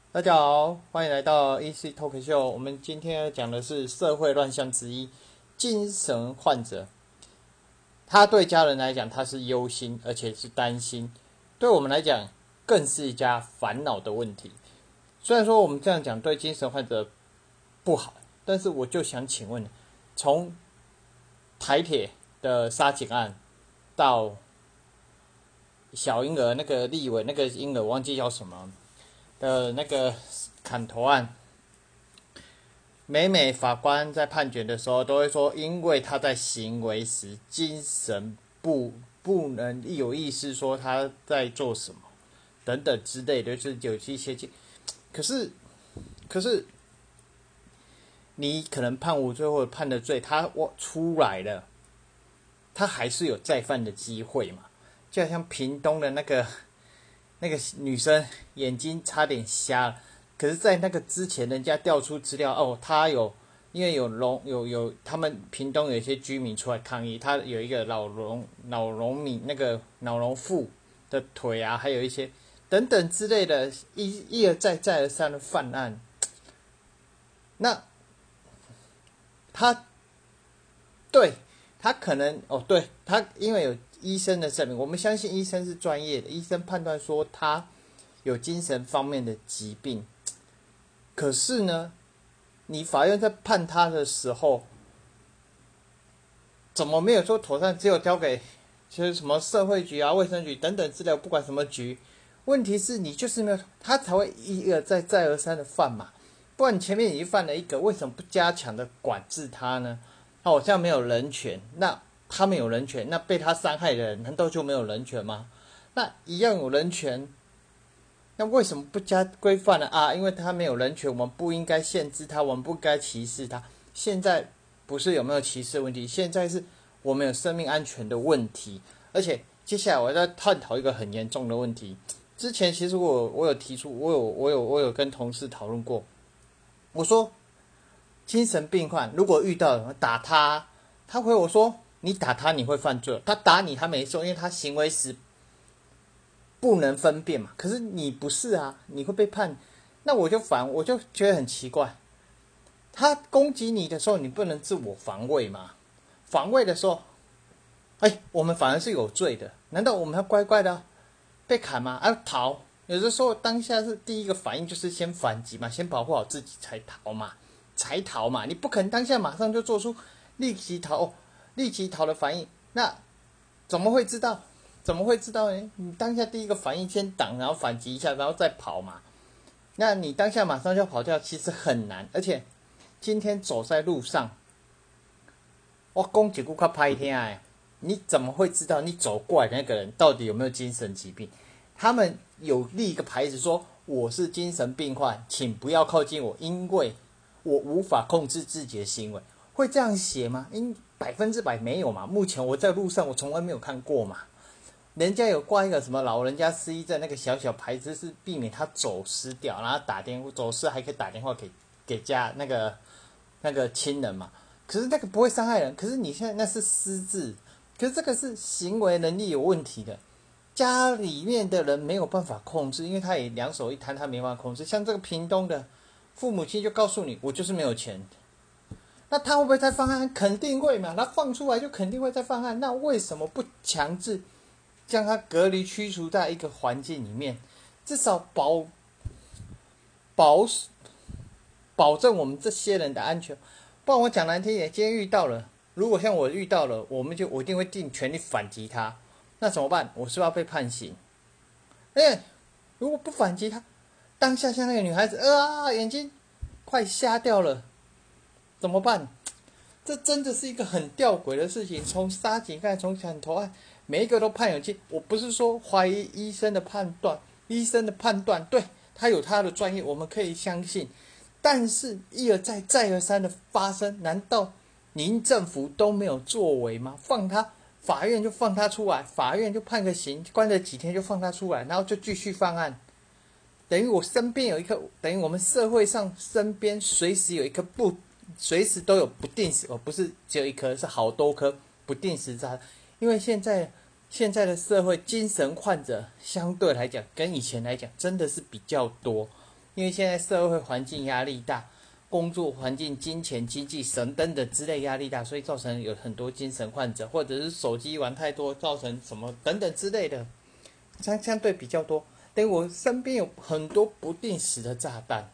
大家好，欢迎来到 EC Talk Show。我们今天要讲的是社会乱象之一——精神患者。他对家人来讲，他是忧心，而且是担心；对我们来讲，更是一家烦恼的问题。虽然说我们这样讲对精神患者不好，但是我就想请问，从台铁的杀警案到小婴儿那个立委那个婴儿忘记叫什么的那个砍头案，每法官在判决的时候都会说，因为他在行为时精神不能有意识说他在做什么等等之类的，就是有一些。可是你可能判无罪或者判的罪，他出来了，他还是有再犯的机会嘛？就好像屏东的那个女生眼睛差点瞎了，可是，在那个之前，人家调出资料，她因为他们屏东有一些居民出来抗议，他有一个老农民那个老农妇的腿啊，还有一些等等之类的，一而再而三的犯案。那他对他可能对他因为有医生的证明，我们相信医生是专业的，医生判断说他有精神方面的疾病。可是呢，你法院在判他的时候，怎么没有说妥善，只有交给就是什么社会局啊、卫生局等等之类的，不管什么局。问题是你就是没有，他才会一而再而三的犯嘛。不然你前面已经犯了一个，为什么不加强的管制他呢？这样没有人权，那他们有人权，那被他伤害的人难道就没有人权吗？那一样有人权，那为什么不加规范呢？因为他没有人权，我们不应该限制他，我们不该歧视他。现在不是有没有歧视的问题，现在是我们有生命安全的问题。而且接下来我要探讨一个很严重的问题。之前其实我有提出，我有跟同事讨论过。我说精神病患如果遇到打他，他回我说你打他你会犯罪，他打你他没错，因为他行为时不能分辨嘛。可是你不是啊，你会被判。那我就觉得很奇怪，他攻击你的时候，你不能自我防卫吗？防卫的时候，我们反而是有罪的。难道我们要乖乖的被砍吗？逃？有的时候当下是第一个反应就是先反击嘛，先保护好自己才逃嘛。你不可能当下马上就做出立即逃的反应。那怎么会知道？呢？你当下第一个反应先挡，然后反击一下，然后再跑嘛。那你当下马上就跑掉，其实很难。而且今天走在路上，我讲一句较歹听的，你怎么会知道你走过来的那个人到底有没有精神疾病？他们有立一个牌子说我是精神病患，请不要靠近我，因为我无法控制自己的行为。会这样写吗？100%没有嘛。目前我在路上我从来没有看过嘛。人家有挂一个什么老人家失忆症那个小牌子，是避免他走失掉，然后走失还可以打电话给家那个亲人嘛。可是那个不会伤害人，可是你现在那是失智，可是这个是行为能力有问题的，家里面的人没有办法控制，因为他也两手一摊，他没办法控制。像这个屏东的父母亲就告诉你，我就是没有钱。那他会不会再犯案？肯定会嘛，他放出来就肯定会再犯案。那为什么不强制将他隔离驱除在一个环境里面，至少保证我们这些人的安全？不然我讲难听点，今天遇到了，如果像我遇到了，我一定会尽全力反击他。那怎么办？我是不是要被判刑？如果不反击他，当下像那个女孩子眼睛快瞎掉了，怎么办？这真的是一个很吊诡的事情。从杀警案，从砍头案，每一个都判有罪。我不是说怀疑医生的判断，对，他有他的专业，我们可以相信。但是一而再而三的发生，难道您政府都没有作为吗？法院就放他出来，法院就判个刑，关了几天就放他出来，然后就继续犯案。等于我身边有一颗，等于我们社会上身边随时有一颗随时都有不定时，不是只有一颗，是好多颗不定时炸。因为现在的社会精神患者相对来讲跟以前来讲真的是比较多。 因为现在社会环境压力大，工作环境、金钱、经济等等之类压力大，所以造成有很多精神患者，或者是手机玩太多，造成什么等等之类的，相对比较多。等于我身边有很多不定时的炸弹，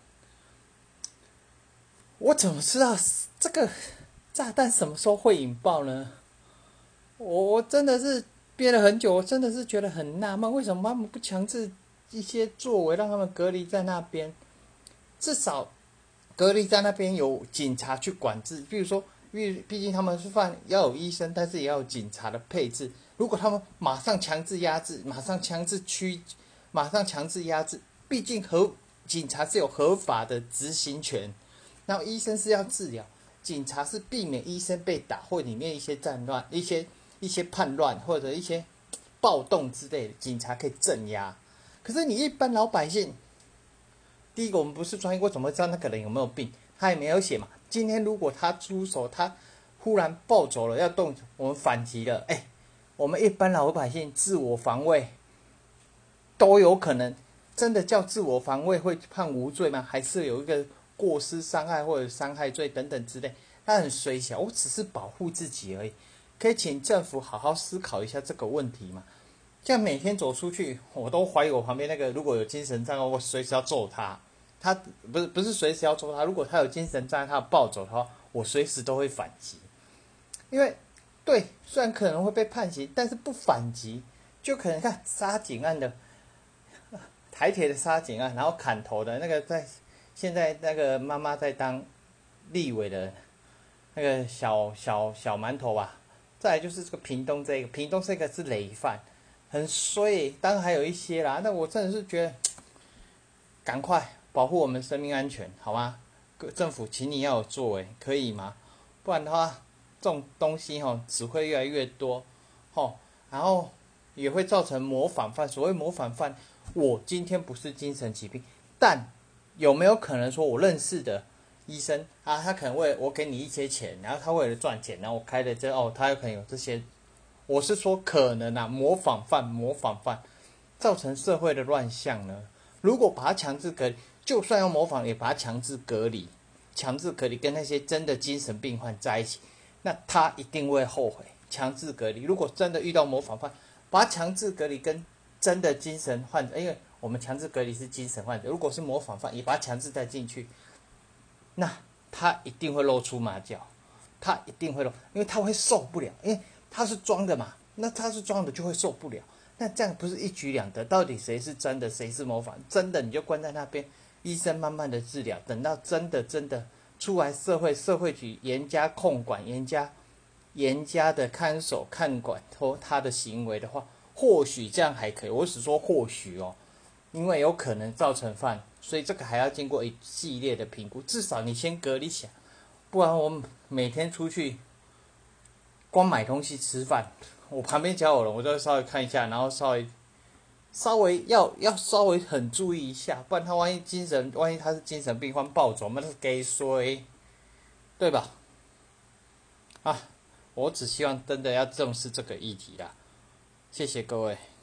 我怎么知道这个炸弹什么时候会引爆呢？我真的是憋了很久，我真的是觉得很纳闷，为什么他们不强制一些作为，让他们隔离在那边？至少隔离在那边有警察去管制，比如说，毕竟他们是犯要有医生，但是也要有警察的配置。如果他们马上强制压制，马上强制压制，毕竟警察是有合法的执行权，然后医生是要治疗，警察是避免医生被打或里面一些战乱、一些叛乱或者一些暴动之类的，警察可以镇压。可是你一般老百姓，第一个我们不是专业，我怎么知道那个人有没有病？他也没有写嘛。今天如果他出手，他忽然暴走了，要动我们反击了，我们一般老百姓自我防卫都有可能，真的叫自我防卫会判无罪吗？还是有一个过失伤害或者伤害罪等等之类？那很虽小，我只是保护自己而已。可以请政府好好思考一下这个问题嘛？像每天走出去，我都怀疑我旁边那个如果有精神障碍，我随时要揍他。他不是随时要揍他，如果他有精神障碍，他暴走的话，我随时都会反击。因为对，虽然可能会被判刑，但是不反击，就可能看杀警案的台铁的杀警案，然后砍头的那个现在那个妈妈在当立委的那个小馒头吧。再来就是这个屏东这个是累犯，很衰。当然还有一些啦，那我真的是觉得，赶快保护我们生命安全，好吗？政府，请你要有作为，可以吗？不然的话，这种东西只会越来越多，然后也会造成模仿犯。所谓模仿犯，我今天不是精神疾病，但有没有可能说我认识的医生啊，他可能我给你一些钱，然后他为了赚钱，然后我开的他有可能有这些，我是说可能啊，模仿犯造成社会的乱象呢。如果把他强制隔离，就算要模仿，也把他强制隔离跟那些真的精神病患在一起，那他一定会后悔。强制隔离，如果真的遇到模仿犯，把他强制隔离跟真的精神患者，因为我们强制隔离是精神患者，如果是模仿犯，也把他强制带进去，那他一定会露出马脚，他一定会露，因为他会受不了，因为他是装的嘛，那他是装的就会受不了。那这样不是一举两得？到底谁是真的，谁是模仿？真的你就关在那边，医生慢慢的治疗，等到真的出来社会局严加控管，严加的看守看管他的行为的话，或许这样还可以。我只说或许因为有可能造成犯，所以这个还要经过一系列的评估。至少你先隔离起来，不然我每天出去光买东西吃饭，我旁边只要有人，我就稍微看一下，然后稍微要稍微很注意一下，不然他万一他是精神病患暴走，那是给衰，对吧？我只希望真的要重视这个议题啦，谢谢各位。